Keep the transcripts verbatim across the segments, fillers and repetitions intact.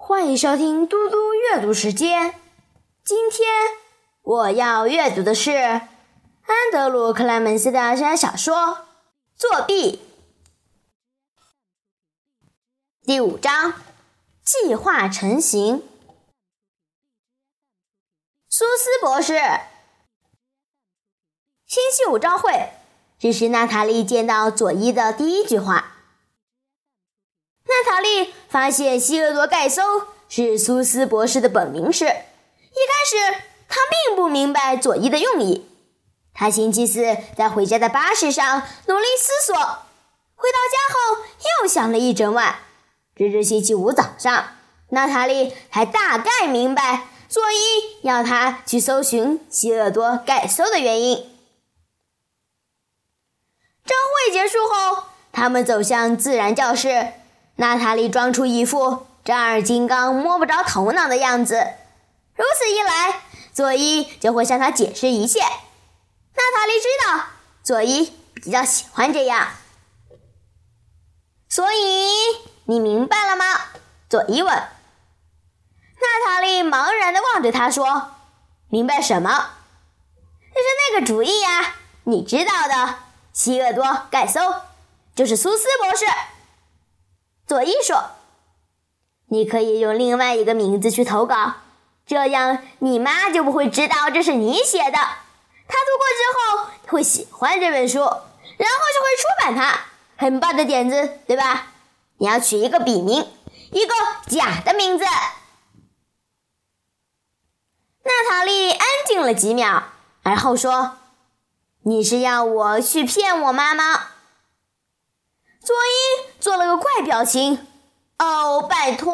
欢迎收听嘟嘟阅读时间。今天我要阅读的是安德鲁·克莱门斯的小说《作弊》第五章，计划成型。苏斯博士，星期五朝会，这是娜塔莉见到佐伊的第一句话。娜塔莉发现希厄多·盖搜是苏斯博士的本名时，一开始她并不明白佐伊的用意。她星期四在回家的巴士上努力思索，回到家后又想了一整晚。直至星期五早上，娜塔莉才大概明白佐伊要她去搜寻希厄多·盖搜的原因。朝会结束后，他们走向自然教室。娜塔莉装出一副丈二金刚摸不着头脑的样子，如此一来，佐伊就会向她解释一切。娜塔莉知道佐伊比较喜欢这样。所以你明白了吗？佐伊问。娜塔莉茫然地望着他说，明白什么？就是那个主意呀，你知道的，希厄多·盖搜就是苏斯博士。佐伊说，你可以用另外一个名字去投稿，这样你妈就不会知道这是你写的。她读过之后会喜欢这本书，然后就会出版它。很棒的点子，对吧？你要取一个笔名，一个假的名字。娜塔莉安静了几秒，而后说，你是要我去骗我妈妈？佐伊做了个怪表情。哦，拜托。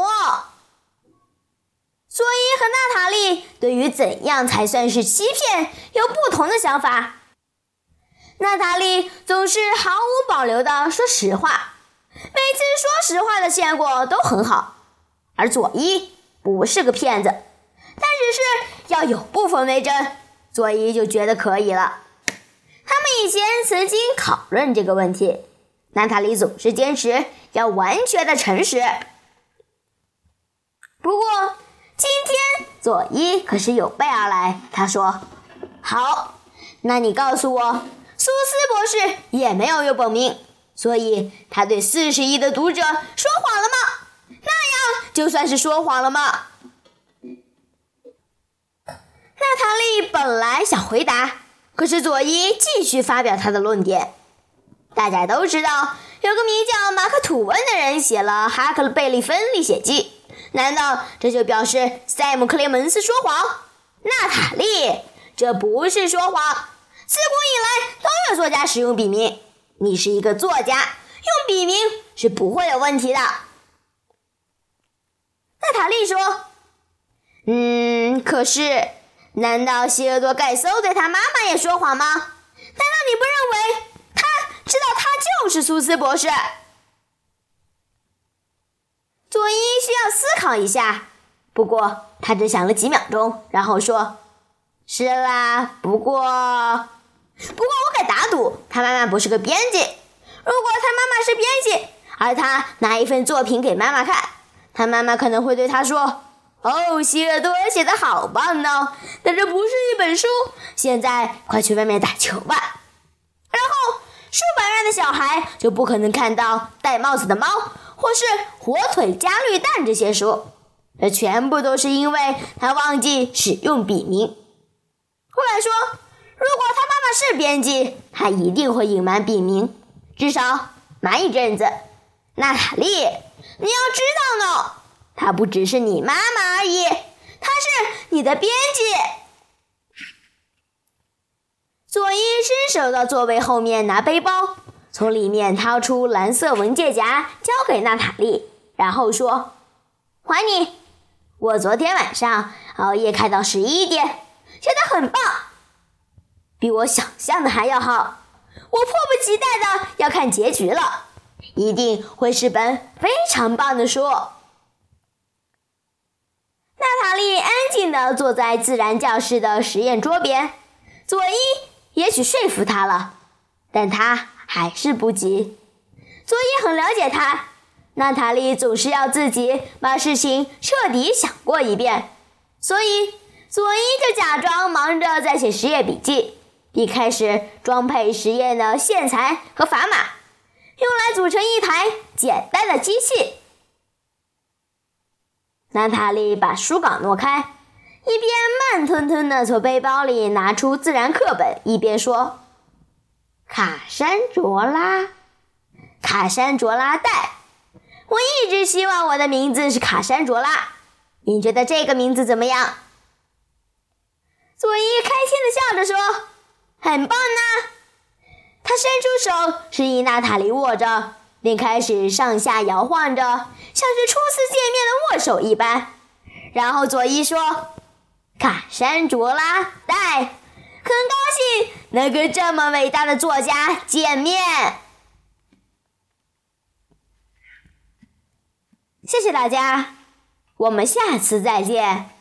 佐伊和娜塔莉对于怎样才算是欺骗有不同的想法。娜塔莉总是毫无保留地说实话，每次说实话的效果都很好，而佐伊不是个骗子，但只是要有部分为真，佐伊就觉得可以了。他们以前曾经讨论这个问题，娜塔莉总是坚持要完全的诚实。不过今天佐伊可是有备而来，他说，好，那你告诉我，苏斯博士也没有用本名，所以他对四十亿的读者说谎了吗？那样就算是说谎了吗？娜塔莉本来想回答，可是佐伊继续发表他的论点。大家都知道有个名叫马克·吐温的人写了《哈克贝利芬历险记》，难道这就表示塞姆·克雷门斯说谎？娜塔莉，这不是说谎。自古以来都有作家使用笔名，你是一个作家，用笔名是不会有问题的。娜塔莉说，嗯，可是难道希厄多·盖搜对他妈妈也说谎吗？难道你不认为他知道他就是苏斯博士？佐伊需要思考一下，不过他只想了几秒钟，然后说，是啦，不过不过我敢打赌他妈妈不是个编辑。如果他妈妈是编辑，而他拿一份作品给妈妈看，他妈妈可能会对他说，哦，希厄多写得好棒呢，但这不是一本书，现在快去外面打球吧。然后数百万的小孩就不可能看到戴帽子的猫或是火腿加绿蛋这些书，这全部都是因为他忘记使用笔名。后来说，如果他妈妈是编辑，他一定会隐瞒笔名，至少瞒一阵子。娜塔莉，你要知道呢，他不只是你妈妈而已，他是你的编辑。佐伊伸手到座位后面拿背包，从里面掏出蓝色文件夹交给娜塔莉，然后说，还你，我昨天晚上熬夜看到十一点，写得很棒，比我想象的还要好，我迫不及待的要看结局了，一定会是本非常棒的书。娜塔莉安静地坐在自然教室的实验桌边，佐伊也许说服她了，但她还是不急。佐伊很了解她， 娜塔莉总是要自己把事情彻底想过一遍，所以佐伊就假装忙着在写实验笔记，并开始装配实验的线材和砝码，用来组成一台简单的机器。娜塔莉把书稿挪开，一边慢吞吞地从背包里拿出自然课本，一边说：卡珊卓拉，卡珊卓拉戴。我一直希望我的名字是卡珊卓拉，你觉得这个名字怎么样？佐伊开心地笑着说：很棒呢！他伸出手示意娜塔莉握着，并开始上下摇晃着，像是初次见面的握手一般。然后佐伊说：卡珊卓拉戴，很高兴能跟这么伟大的作家见面。谢谢大家，我们下次再见。